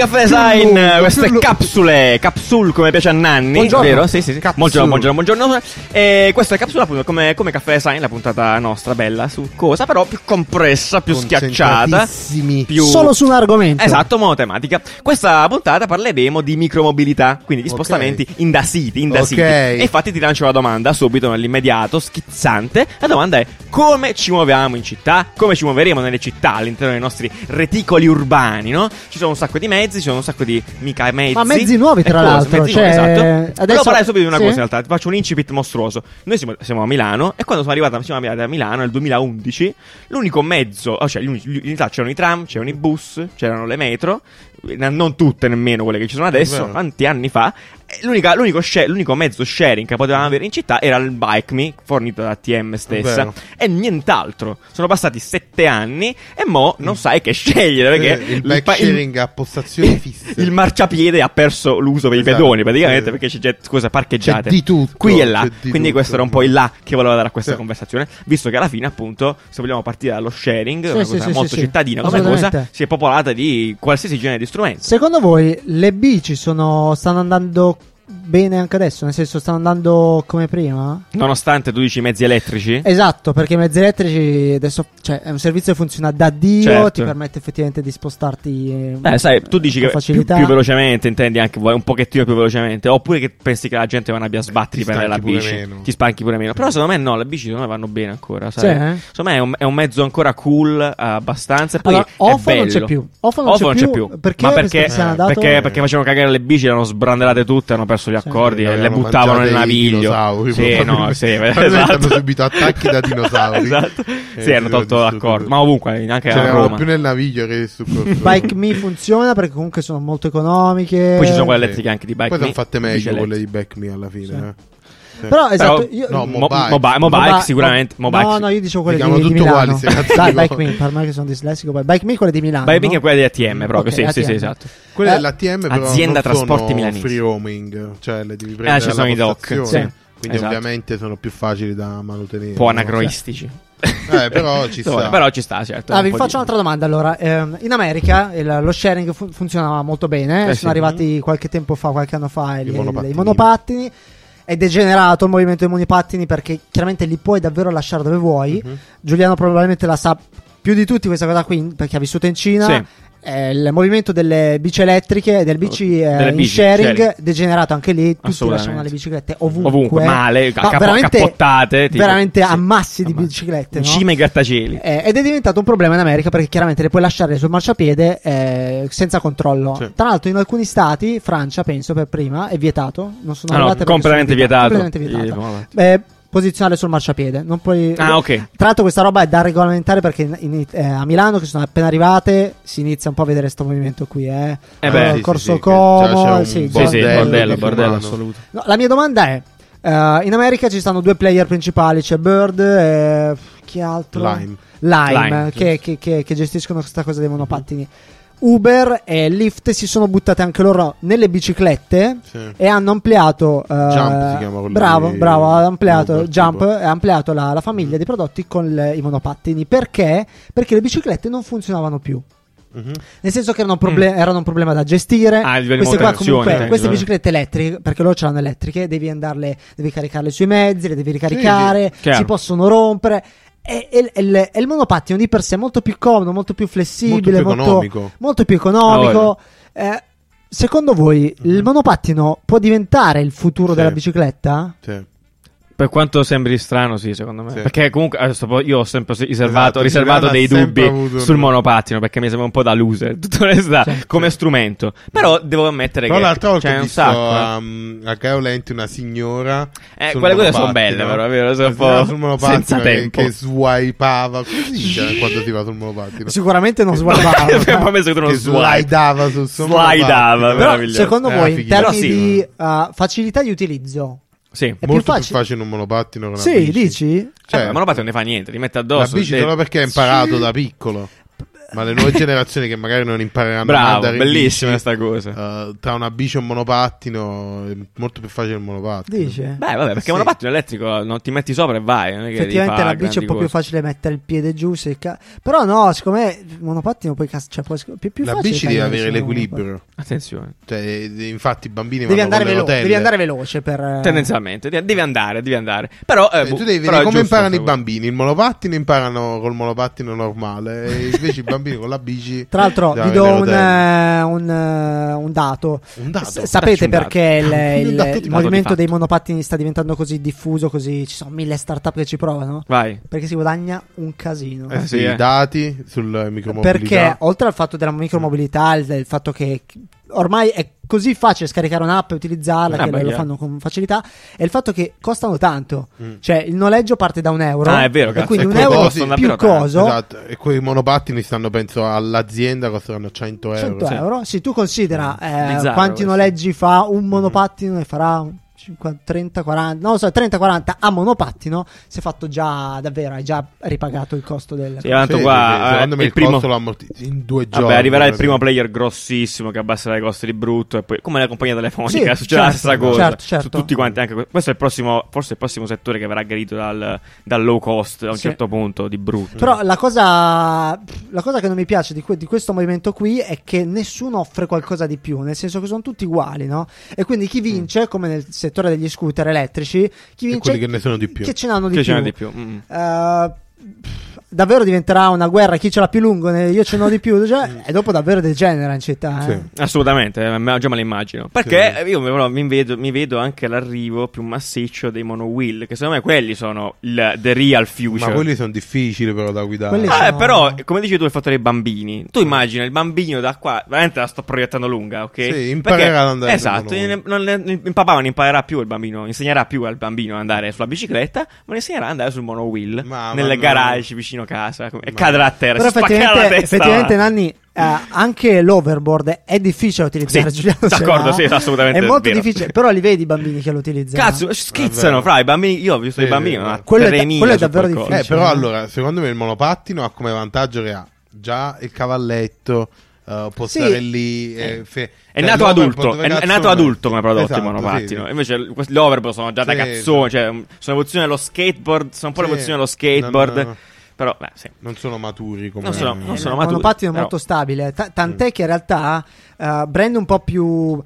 Caffè Design, queste capsule come piace a Nanni, buongiorno. vero? Sì. Buongiorno. E questa è capsula appunto come Caffè Design, la puntata nostra bella su cosa, però più compressa, più schiacciata, più solo su un argomento. Esatto, monotematica. Questa puntata parleremo di micromobilità, quindi di spostamenti in da city. E infatti ti lancio la domanda subito nell'immediato, schizzante. La domanda è: come ci muoviamo in città? Come ci muoveremo nelle città all'interno dei nostri reticoli urbani, no? Ci sono un sacco di mezzi, ci sono un sacco di mezzi. Ma mezzi nuovi, tra l'altro. Esatto. Adesso Devo parlare subito di una sì? cosa in realtà. Ti faccio un incipit mostruoso. Noi siamo a Milano, e quando siamo arrivati a Milano nel 2011, l'unico mezzo, cioè in realtà c'erano i tram, c'erano i bus, c'erano le metro, non tutte nemmeno quelle che ci sono adesso, tanti anni fa. L'unico mezzo sharing che potevamo avere in città era il Bike Me, fornito da ATM stessa, e nient'altro. Sono passati 7 anni e mo non sai che scegliere, perché il bike sharing ha postazioni fisse. Il marciapiede ha perso l'uso per i pedoni praticamente, perché c'è parcheggiate c'è di tutto, qui e là. Quindi tutto, questo era un po' il là che volevo dare a questa conversazione, visto che alla fine appunto, se vogliamo partire dallo sharing, una cosa molto cittadina come cosa, si è popolata di qualsiasi genere di strumenti. Secondo voi le bici stanno andando bene anche adesso? Nel senso, stanno andando come prima? Nonostante tu dici mezzi elettrici? Esatto, perché i mezzi elettrici adesso, cioè, è un servizio che funziona da Dio, certo. Ti permette effettivamente di spostarti sai, tu dici che facilità. più velocemente, intendi anche un pochettino più velocemente, oppure che pensi che la gente non abbia sbatti per la bici, ti spanchi pure meno. Però secondo me no, le bici secondo me vanno bene ancora, sai? Sì, secondo me è un mezzo ancora cool abbastanza, e poi allora, è Ofo bello. non c'è più. Non c'è più. Perché? Ma perché facevano cagare le bici, erano sbrandellate tutte, hanno perso gli accordi e le buttavano nel naviglio. Esatto. Hanno subito attacchi da dinosauri. Esatto. Sì, hanno tolto l'accordo. Ma ovunque, anche a Roma. Più nel naviglio che su Bike Me funziona perché comunque sono molto economiche. Poi ci sono quelle elettriche anche di Bike Me. Poi sono fatte meglio quelle di Bike Me alla fine. Però esatto, Mobike sicuramente. No, io dicevo quelle di Milano. Dai, Bike Me, per me che sono dislessico. Bike Me è quella di Milano. Bike Me è quella di ATM proprio, sì, esatto. Quella dell'ATM però azienda non trasporti sono milanesi. free roaming, cioè le devi prendere ci sono i dock. Quindi ovviamente sono più facili da manutenere. Un po' anacronistici. Però ci sta. Però ci sta, certo. Vi faccio un'altra domanda allora. In America lo sharing funzionava molto bene. Sono arrivati qualche anno fa i monopattini. È degenerato il movimento dei monopattini perché chiaramente li puoi davvero lasciare dove vuoi. Giuliano probabilmente la sa più di tutti questa cosa qui perché ha vissuto in Cina. Sì. Il movimento delle bici elettriche, delle bici in sharing, degenerato anche lì. Tutti lasciano le biciclette ovunque male, veramente, cappottate tipo, veramente ammassi di biciclette, in cima ai grattacieli. Ed è diventato un problema in America perché chiaramente le puoi lasciare sul marciapiede senza controllo. Tra l'altro in alcuni stati, Francia penso per prima, è vietato. Non sono arrivate completamente vietato. Posizionare sul marciapiede, non puoi. Ok. Tra l'altro, questa roba è da regolamentare perché a Milano, che sono appena arrivate, si inizia un po' a vedere sto movimento qui. Corso Como, bordello assoluto. No, la mia domanda è: in America ci stanno due player principali, c'è Bird e chi altro? Lime. Che gestiscono questa cosa dei monopattini. Uber e Lyft si sono buttate anche loro nelle biciclette e hanno ampliato Jump si chiama bravo, ha ampliato Uber, Jump e ha ampliato la famiglia di prodotti con i monopattini. Perché? Perché le biciclette non funzionavano più. Nel senso che erano un problema da gestire. Queste biciclette elettriche, perché loro ce l'hanno elettriche, devi caricarle sui mezzi, le devi ricaricare, si possono rompere. E il monopattino di per sé è molto più comodo, molto più flessibile, molto più economico. Secondo voi il monopattino può diventare il futuro della bicicletta? Sì. Per quanto sembri strano, sì, secondo me. Perché comunque adesso io ho sempre riservato dei dubbi sul monopattino, perché mi sembra un po' da loser, tutta onestà, come strumento. Però devo ammettere che l'altra volta c'è ho un visto sacco. A Gaolenti una signora. Quelle cose sono belle, però, è vero? Sono un po' sul monopattino senza tempo. Che swipeava così quando si va sul monopattino. Sicuramente non swipava. Che slidava sul suo monopattino. Però secondo voi, in termini di facilità di utilizzo, sì, è molto più facile un monopattino che una bici. Dici? Il monopattino non ne fa niente, ti mette addosso. La bici solo perché è imparato da piccolo. Ma le nuove generazioni che magari non impareranno Bravo, a andare in bellissima bici, sta cosa. tra una bici e un monopattino è molto più facile il monopattino. Dice? Beh, vabbè, perché Sì. il monopattino elettrico non ti metti sopra e vai. Non è che Effettivamente devi la fare bici è un grandi po' più cose. facile mettere il piede giù. Però no, secondo me il monopattino poi più La facile bici deve cadere avere su un l'equilibrio. Attenzione. Cioè, infatti i bambini Devi vanno andare, con le rotelle. devi andare veloce per... Tendenzialmente, devi andare. Però, Tu devi però vedere è come giusto imparano i questa cosa. bambini. Il monopattino imparano col monopattino normale, e invece i bambini con la bici. Tra l'altro devono vi do avere le rotelle. un dato. Un dato? Sapete Dacci un perché Un dato il di movimento fatto. dei monopattini sta diventando così diffuso, così ci sono 1000 startup che ci provano? Vai. Perché si guadagna un casino. Eh sì, sì, i dati sul micromobilità. Perché oltre al fatto della micromobilità, il fatto che ormai è così facile scaricare un'app e utilizzarla, che lo fanno con facilità, è il fatto che costano tanto. Cioè il noleggio parte da €1. Ah, è vero, e cazzo, quindi e un quei euro costi più davvero tanto. coso. Esatto, e quei monopattini stanno, penso, all'azienda costeranno 100 euro. 100 euro. Sì, tu considera Bizzarro quanti questo. noleggi fa un monopattino, ne farà 30, 40, non lo so, 30, 40 a monopattino. Si è fatto già davvero, hai già ripagato il costo del... Sì, tanto Sì, qua secondo me il il primo costo lo ammortizzi in 2 giorni. Vabbè, arriverà il per primo esempio. player grossissimo che abbasserà i costi di brutto. E poi, come la compagnia telefonica, Sì, succederà la stessa cosa. certo. Su tutti quanti. Anche questo è il prossimo, forse il prossimo settore che verrà aggredito dal low cost a un Sì. certo punto di brutto. Però la cosa che non mi piace di questo movimento qui è che nessuno offre qualcosa di più, nel senso che sono tutti uguali, no? E quindi chi vince, come nel settore degli scooter elettrici, chi vince quelli che ne sono di più. che ce n'hanno di Che più. ce n'è di più. Davvero diventerà una guerra, chi ce l'ha più lungo, io ce n'ho di più, cioè, e dopo davvero degenera in città. Sì. Assolutamente, già me lo immagino. Perché io però mi vedo anche l'arrivo più massiccio dei monowheel, che secondo me quelli sono the real future. Ma quelli sono difficili però da guidare. Quelli sono- Però, come dici tu, hai fatto dei bambini. Tu immagina il bambino da qua, veramente la sto proiettando lunga, ok? Sì, imparerà ad andare Esatto, sul il papà non imparerà più il bambino, insegnerà più al bambino ad andare sulla bicicletta, ma ne insegnerà ad andare sul monowheel, Ma nel no. garage vicino casa, e cadrà a terra. Però si spaccherà la testa. effettivamente Nanni, anche l'overboard è difficile da utilizzare. Sì, Giuliano ce d'accordo, l'ha. sì, assolutamente è molto vero. difficile, però li vedi i bambini che lo utilizzano. Cazzo, schizzano, fra i bambini. Io ho visto Sì, i bambini, sì, ma sì. Quello è tremila quello è su davvero qualcosa. difficile. Però eh. allora, secondo me il monopattino ha come vantaggio che ha già il cavalletto, può Sì. stare lì. È cioè, nato l'overboard adulto, dove è cazzo nato è? adulto come prodotto Esatto, il monopattino. sì. Invece gli overboard sono già da Sì, cazzone, sì. cioè sono evoluzione dello skateboard, sono un po' Sì. l'evoluzione dello skateboard. No. Però, beh, sì. Non sono maturi come Non sono Il maturi, monopattino è però. molto stabile, tant'è che in realtà brand un po' più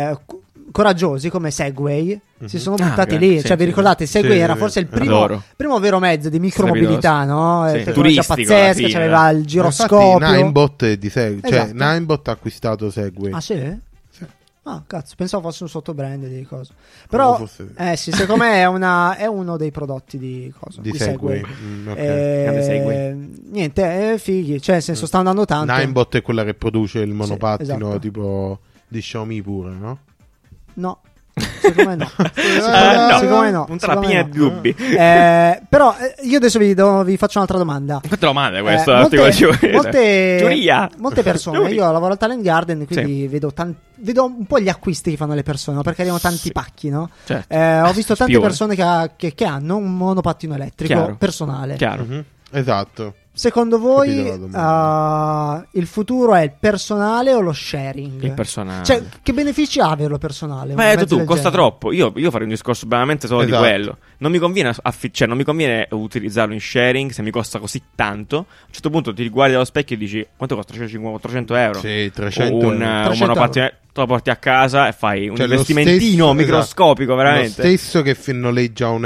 coraggiosi come Segway si sono buttati grande, lì. sì, Cioè, vi sì. ricordate? Segway Sì, era sì, forse il adoro. primo vero mezzo di micromobilità, no? Sì, Tecnologia turistico, alla pazzesca, fine. c'aveva il Infatti giroscopio. Ninebot è di Segway. Cioè Esatto. Ninebot ha acquistato Segway. Ah, sì? Sì. Ah, cazzo, pensavo fosse un sottobrand di cosa. No, Però, forse- sì, secondo me è uno dei prodotti di cosa? di Segway. Segway. Ok. Grande Segway. Niente, fighi, cioè, nel senso, sta andando tanto. Ninebot è quella che produce il monopattino esatto. tipo di Xiaomi pure, no? No, secondo me no. No, Secondo me no. un secondo trapina me di no. dubbi. Però io adesso vi faccio un'altra domanda. Quante domande questo Molte articolo ci vuole? Giuria. molte persone, Giuria. io lavoro al Talent Garden, quindi vedo un po' gli acquisti che fanno le persone, no? Perché arrivano tanti Sì. pacchi, no? Certo. Ho visto tante Spione. persone che hanno un monopattino elettrico Chiaro. personale. Chiaro. Mhm. Esatto. Secondo Capito voi la domanda. il futuro è il personale o lo sharing? Il personale. Cioè, che benefici ha averlo personale? Ma Un hai detto mezzo tu, del costa genere? troppo. Io farei un discorso veramente solo Esatto. di quello. Non mi conviene non mi conviene utilizzarlo in sharing se mi costa così tanto. A un certo punto ti riguardi dallo specchio e dici quanto costa? 350-400 euro. Sì, 300 O un euro. monopattino, te lo porti a casa e fai un Cioè, lo investimentino stesso- microscopico, esatto. veramente. Lo stesso che noleggia €1.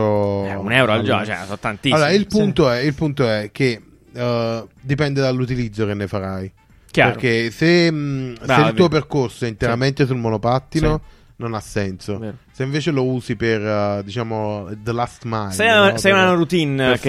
€1 al giorno, cioè, sono tantissimi. Allora, il punto è che dipende dall'utilizzo che ne farai. Chiaro. Perché se Bravi. il tuo percorso è interamente sul monopattino, non ha senso. Vero. Se invece lo usi per, diciamo, the last mile, Sei no? sei una routine per che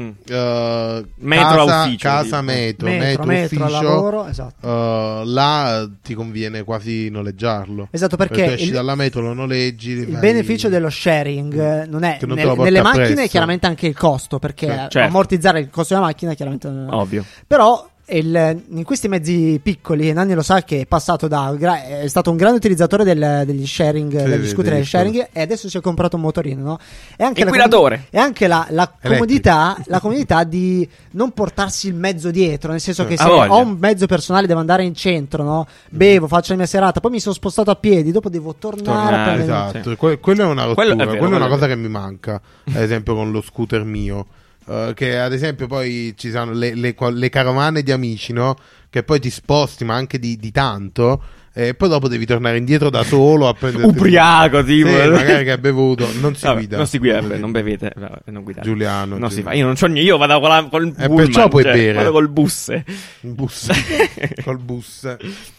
fare metro casa, a ufficio, casa tipo. metro Metro ufficio, al lavoro, esatto. là ti conviene quasi noleggiarlo. Esatto, Perché perché esci dalla metro, lo noleggi. il beneficio dello sharing non è Che non te lo porti nelle appresso. macchine, chiaramente anche il costo, perché Certo. ammortizzare il costo della macchina chiaramente non è. Ovvio. Però in questi mezzi piccoli, Nanni lo sa che è passato è stato un grande utilizzatore degli sharing, degli scooter del sharing, e adesso si è comprato un motorino, no? E anche inquinatore. E anche la comodità di non portarsi il mezzo dietro, nel senso che se ho un mezzo personale devo andare in centro, no? Bevo, faccio la mia serata, poi mi sono spostato a piedi, dopo devo tornare a prendere. Esatto, quello è una rottura, quello è una cosa che mi manca, ad esempio con lo scooter mio. Che ad esempio poi ci sono le carovane di amici, no? Che poi ti sposti, ma anche di tanto, e poi dopo devi tornare indietro da solo a prendere ubriaco, tipo. Sì, magari che hai bevuto. Non si guida. Non si guida, non bevete, non guidate. Giuliano, non si fa. Io non c'ho niente, io vado con il pullman, perciò puoi bere. vado col bus. Col bus.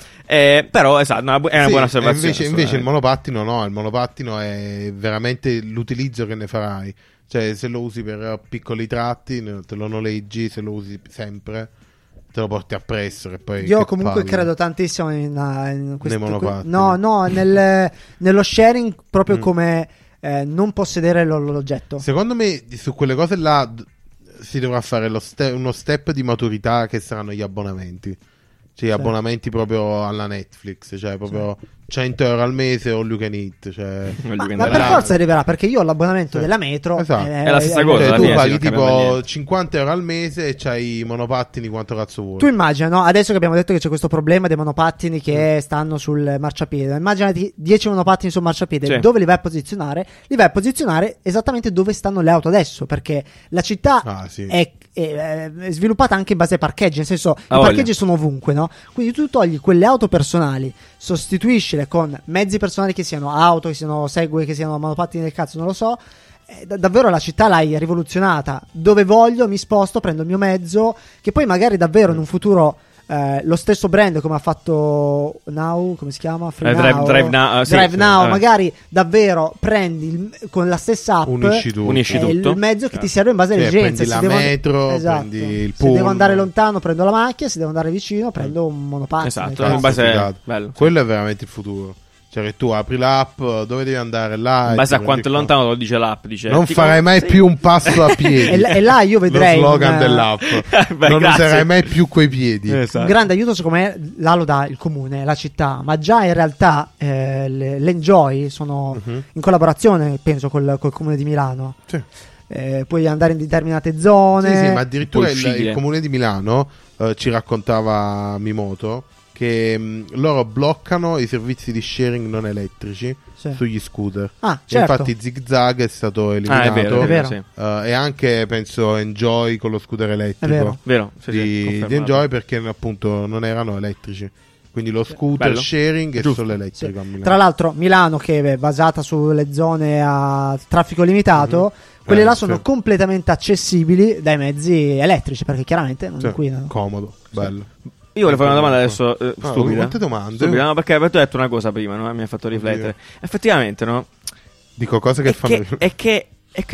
Però esatto, è una buona osservazione. Invece il monopattino no, il monopattino è veramente l'utilizzo che ne farai. Cioè, se lo usi per piccoli tratti, te lo noleggi, se lo usi sempre, te lo porti appresso. Che poi io comunque credo tantissimo in questo. Nei monopattini. No, nello sharing, proprio come non possedere l'oggetto. Secondo me, su quelle cose là si dovrà fare uno step di maturità, che saranno gli abbonamenti. Cioè, abbonamenti proprio alla Netflix, cioè proprio 100 euro al mese o all you can eat, cioè. Ma per forza arriverà, perché io ho l'abbonamento della metro, esatto. È la stessa cosa, cioè, tu paghi tipo 50 euro al mese e c'hai i monopattini quanto cazzo vuoi. Tu immagina, no? Adesso che abbiamo detto che c'è questo problema dei monopattini che stanno sul marciapiede, immaginati 10 monopattini sul marciapiede, dove li vai a posizionare? Li vai a posizionare esattamente dove stanno le auto adesso, perché la città è sviluppata anche in base ai parcheggi, nel senso i parcheggi sono ovunque, no? Quindi tu togli quelle auto personali, sostituiscile con mezzi personali, che siano auto, che siano Segway, che siano monopattini del cazzo, non lo so. Davvero la città l'hai rivoluzionata. Dove voglio mi sposto, prendo il mio mezzo, che poi magari davvero in un futuro lo stesso brand, come ha fatto Now, come si chiama? Drive Now, magari davvero prendi con la stessa app unisci tutto. Il mezzo che ti serve in base alle esigenze. Prendi la metro, prendi il pullman. Se devo andare lontano prendo la macchina, se devo andare vicino prendo un monopattino. Esatto, in base bello. Quello è veramente il futuro. Cioè che tu apri l'app, dove devi andare là, in base a quanto è lontano lo dice l'app, dice non farai mai più un passo a piedi. e là io vedrei lo slogan dell'app. Non userai mai più quei piedi. Esatto. Un grande aiuto secondo me là lo dà il comune, la città, ma già in realtà l'Enjoy sono in collaborazione, penso, col comune di Milano. Sì. Puoi andare in determinate zone. Sì, ma addirittura il comune di Milano ci raccontava Mimoto che loro bloccano i servizi di sharing non elettrici sugli scooter. Certo. Infatti Zigzag è stato eliminato. È vero. E anche penso Enjoy con lo scooter elettrico. Vero. Di Enjoy, perché appunto non erano elettrici. Quindi lo scooter sharing è solo elettrico a Milano. Tra l'altro Milano, che è basata sulle zone a traffico limitato, quelle là sono completamente accessibili dai mezzi elettrici, perché chiaramente non inquinano. Comodo, bello. Io volevo fare una domanda adesso stupida. Quante domande? Stupida, no, perché tu hai detto una cosa prima, no? Mi ha fatto riflettere. Effettivamente, no? Dico cose che fanno. È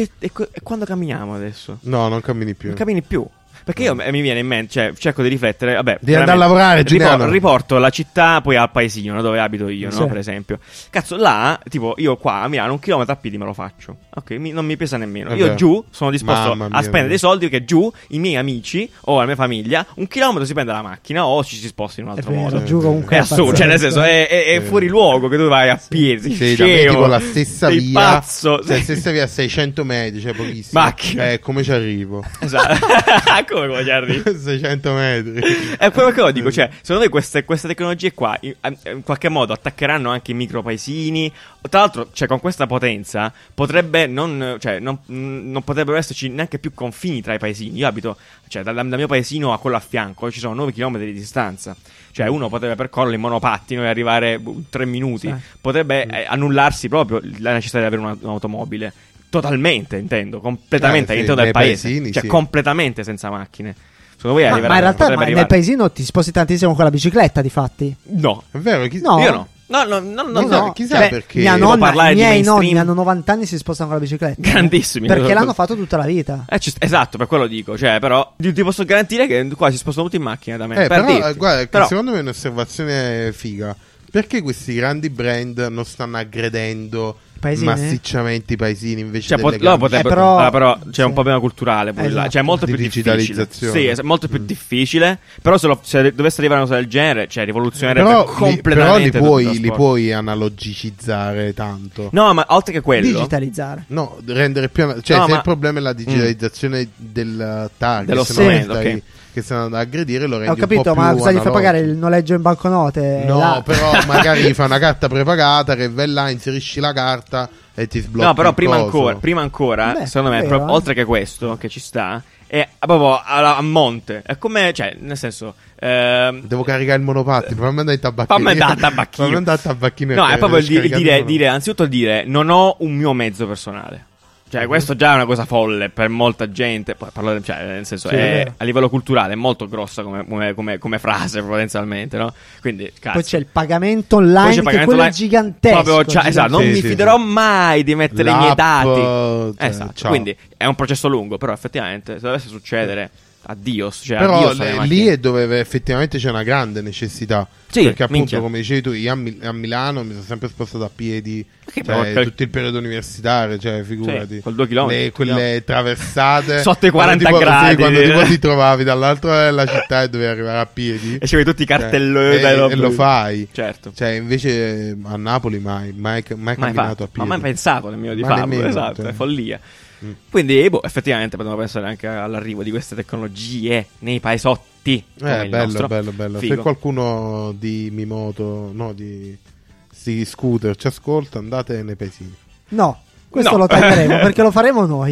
quando camminiamo adesso? No, non cammini più. Non cammini più. Perché io mi viene in mente, cioè cerco di riflettere, vabbè, devi andare a lavorare, riporto la città poi al paesino, no, dove abito io, no, per esempio. Cazzo, là, tipo, io qua a Milano 1 chilometro a piedi me lo faccio. Ok, non mi pesa nemmeno. Io giù sono disposto a spendere dei soldi, che giù i miei amici o la mia famiglia 1 chilometro si prende la macchina o ci si sposta in un altro modo. Giù comunque è assurdo, cioè nel senso è fuori luogo che tu vai a piedi. Sì, tipo la stessa via. Pazzo. Cioè, la stessa via a 600 metri, cioè pochissimo. Macchina. Come ci arrivo? Esatto. come ci arrivo? 600 metri. È quello che lo dico, cioè, secondo me queste tecnologie qua in qualche modo attaccheranno anche i micro paesini. Tra l'altro, cioè, con questa potenza potrebbe non potrebbero esserci neanche più confini tra i paesini. Io abito, cioè, dal mio paesino a quello a fianco ci sono 9 km di distanza. Cioè, uno potrebbe percorrere in monopattino e arrivare 3 minuti. Potrebbe annullarsi proprio la necessità di avere un'automobile. Totalmente, intendo, completamente all'interno del paese, paesini, cioè completamente senza macchine. Secondo voi ma in realtà nel paesino ti sposti tantissimo con la bicicletta, difatti? No. È vero? No. Io no. No. Chissà perché. Mia nonna, i miei nonni hanno 90 anni e si spostano con la bicicletta. Grandissimi. Perché l'hanno fatto tutta la vita. Esatto, per quello dico. Cioè, però ti posso garantire che qua si spostano tutti in macchina da me. Guarda, secondo me è un'osservazione figa. Perché questi grandi brand non stanno aggredendo massicciamente i paesini invece delle però c'è un problema culturale pure là. Cioè è molto più difficile. Sì, è molto più difficile. Però se dovesse arrivare una cosa del genere, cioè rivoluzionerebbe completamente. Però li puoi analogicizzare tanto. No, ma oltre che quello, digitalizzare. No, rendere più se il problema è la digitalizzazione del target, dello strumento, ok, che stanno ad aggredire, lo rendi ho capito, un po' ma più cosa gli fa pagare il noleggio in banconote? No, però magari gli fa una carta prepagata che vai là, inserisci la carta e ti sblocca. No, però prima ancora secondo me, oltre che questo che ci sta, è proprio a monte. È come, cioè, nel senso, devo caricare il monopattino. Fammi andare al tabacchino. No, è proprio dire, anzitutto dire, non ho un mio mezzo personale. Cioè, questo già è una cosa folle per molta gente. Poi cioè, nel senso, è a livello culturale è molto grossa come frase, potenzialmente, no? Quindi, cazzo. Poi c'è il pagamento online, che quello è gigantesco. Proprio, esatto, non mi fiderò mai di mettere i miei dati. Esatto. Quindi è un processo lungo, però effettivamente, se dovesse succedere, addios. Cioè, però lì è dove effettivamente c'è una grande necessità. Sì, perché appunto, come dicevi tu, io a Milano mi sono sempre spostato a piedi, cioè, tutto il periodo universitario, cioè figurati, col 2 km quelle traversate sotto i 40 gradi, quando tipo ti trovavi dall'altro della città e dovevi arrivare a piedi e c'avevi tutti i cartelloni e lo fai, certo. Cioè invece a Napoli mai camminato a piedi, ma mai pensato nemmeno di farlo, nemmeno, esatto, è follia. Quindi effettivamente potremmo pensare anche all'arrivo di queste tecnologie nei paesotti. Bello. Se qualcuno di Mimoto, no, di scooter ci ascolta, andate nei paesini. No, questo lo taglieremo perché lo faremo noi.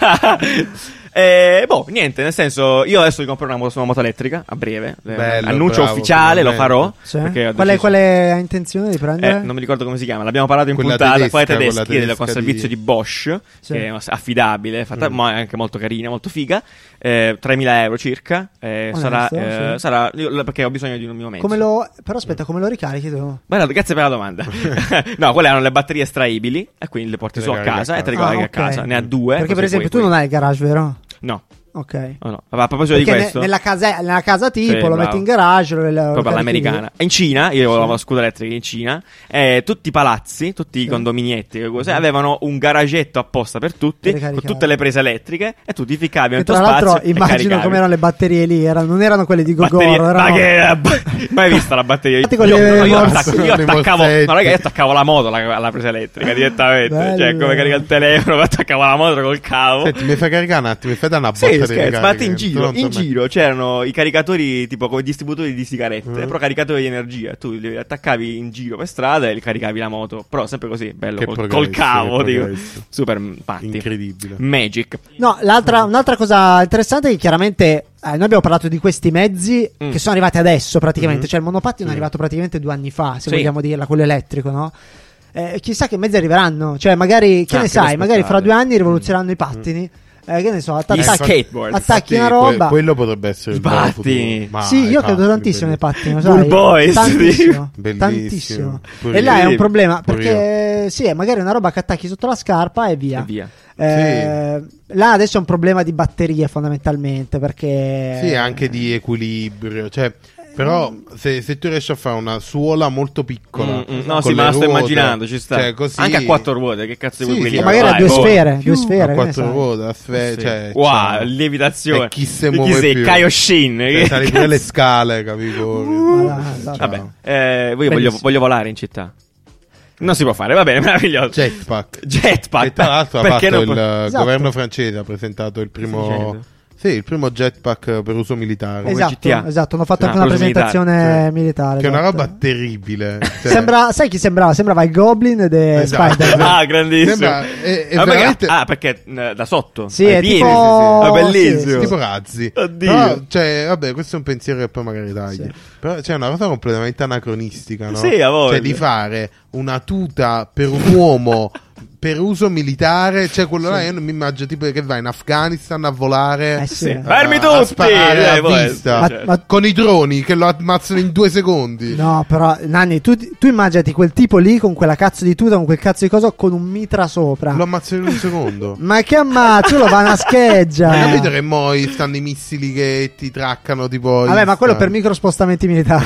Niente, nel senso, io adesso mi compro una moto elettrica a breve. Annuncio bravo, ufficiale, lo farò. Sì. Quale hai intenzione di prendere? Non mi ricordo come si chiama. L'abbiamo parlato in puntata. Quella tedeschi con servizio di Bosch, sì, che è affidabile, fatta, ma è anche molto carina, molto figa. 3.000 euro circa. Sarà perché ho bisogno di un mio mezzo. Però aspetta, come lo ricarichi tu? Grazie per la domanda. No, quelle hanno le batterie estraibili e quindi le porti su a casa e te le carichi a casa. Ne ha due. Perché per esempio tu non hai il garage, vero? No. Ok. Oh no. A proposito di questo, nella casa tipo lo metti in garage, proprio all'americana. In Cina, io avevo la scooter elettrica in Cina, tutti i palazzi, tutti i condominietti avevano un garagetto apposta per tutti, con tutte le prese elettriche, e tu ti ficcavi nel tuo spazio. Tra l'altro immagino come erano le batterie lì, non erano quelle di Gogoro. Mai vista la batteria? Io attaccavo la moto alla presa elettrica direttamente. Bello. Cioè, come carica il telefono, attaccavo la moto col cavo. Senti, mi fai caricare un attimo, mi fai da una botta. Ma in giro c'erano i caricatori tipo come distributori di sigarette, però caricatori di energia. Tu li attaccavi in giro per strada e li caricavi la moto. Però sempre così, bello, col cavo, dico. Super patti. Incredibile. Magic. No, un'altra cosa interessante è che chiaramente noi abbiamo parlato di questi mezzi che sono arrivati adesso praticamente. Cioè il monopattino è arrivato praticamente 2 anni fa, se vogliamo dirla, quello elettrico, no? Chissà che mezzi arriveranno. Cioè magari, che ne sai, magari fra 2 anni rivoluzioneranno i pattini. Che ne so, attacchi una roba. Quello potrebbe essere il pattini. Sì, io credo tantissimo nei pattini, sai? Boys, tantissimo. E là è un problema perché sì, è magari una roba che attacchi sotto la scarpa e via. Là adesso è un problema di batterie fondamentalmente, perché sì, anche di equilibrio, cioè. Però se tu riesci a fare una suola molto piccola, no, sì, ma la sto immaginando, ci sta. Cioè, così... Anche a 4 ruote, che cazzo vuoi dire? Magari a 2 sfere, 2 sfere. A 4 ruote, cioè, wow, lievitazione. Chi se muove più? Kaioshin. Sali pure le scale, capito? Vabbè, voglio volare in città. Non si può fare, va bene, meraviglioso. Jetpack. Che tra l'altro ha fatto il governo francese, ha presentato il primo... Sì, il primo jetpack per uso militare. Esatto, hanno fatto anche una presentazione militare. Che è una roba terribile. Sai chi sembrava? Sembrava il Goblin ed Spider-Man. Grandissimo. Veramente... perché da sotto. Sì, è piedi, tipo... bellissimo. Tipo razzi. Oddio. Però, cioè, vabbè, questo è un pensiero che poi magari tagli. Sì. Però c'è una cosa completamente anacronistica, no? Sì, a voi. Cioè di fare una tuta per un uomo per uso militare, cioè quello là io non mi immagino tipo che vai in Afghanistan a volare, fermi tutti, a sparare a vista, ma con i droni che lo ammazzano in 2 secondi. No, però Nanni, tu immaginati quel tipo lì con quella cazzo di tuta, con quel cazzo di cosa, con un mitra sopra. Lo ammazzano in 1 secondo. Ma che ammazzo, lo vanno a scheggia. Hai capito che mo stanno i missili che ti traccano tipo. Vabbè, ma quello per microspostamenti militari.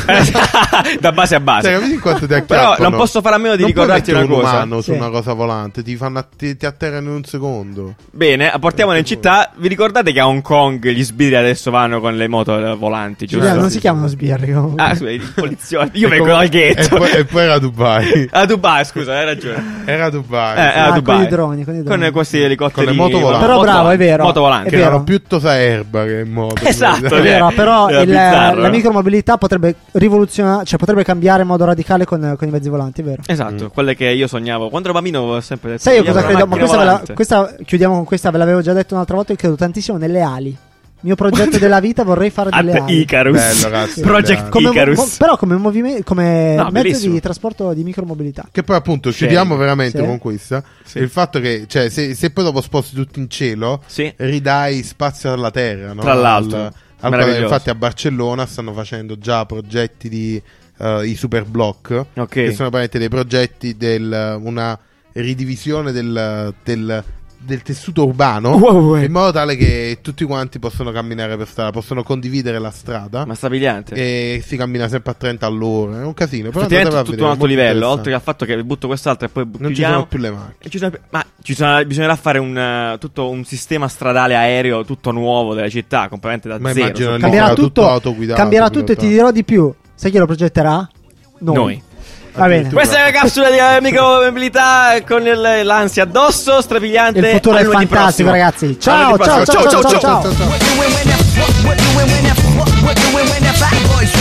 Da base a base. Cioè, capito quanto ti però non posso fare a meno di ricordarti una cosa. Su una cosa volante ti atterrano in 1 secondo. Bene, portiamolo in città. Vi ricordate che a Hong Kong gli sbirri adesso vanno con le moto volanti, giusto? Non si chiamano sbirri. Ah, scusa, i poliziotti. Io vengo dal ghetto. E poi era Dubai. A Dubai, scusa, hai ragione. Era Dubai. Era Dubai. Con i droni. Con questi elicotteri. Con le moto volanti. Però bravo, è vero. Moto volanti. Che erano più tosa erba che moto. Esatto, è vero, però la micromobilità potrebbe rivoluzionare, cioè potrebbe cambiare in modo radicale con i mezzi volanti, è vero? Esatto, quelle che io sognavo. Quando ero bambino avevo sempre detto. Sai io cosa credo? Ma questa chiudiamo con questa, ve l'avevo già detto un'altra volta, io credo tantissimo nelle ali. Mio progetto della vita, vorrei fare delle ali. Icarus. Bello, ragazzi. Project Icarus. Però come movimento, come mezzo bellissimo. di trasporto di micromobilità. Che poi appunto chiudiamo veramente con questa. Il fatto che, cioè, se poi dopo sposti tutto in cielo, ridai spazio alla terra, no? Tra l'altro. Infatti a Barcellona stanno facendo già progetti di i Superblock, che sono praticamente dei progetti una ridivisione del tessuto urbano, in modo tale che tutti quanti possono camminare per strada, possono condividere la strada. Ma strabiliante. E si cammina sempre a 30 all'ora. È un casino. Però effettivamente tutto un altro livello. Oltre al fatto che butto quest'altro e poi non ci sono più le macchine. Bisognerà fare tutto un sistema stradale aereo tutto nuovo della città, completamente da zero. Cambierà tutto autoguidato. Cambierà tutto e ti dirò di più. Sai chi lo progetterà? Noi. Va bene. Questa è la capsula di micromobilità con l'ansia addosso, strabiliante. Il futuro è fantastico, ragazzi. Ciao.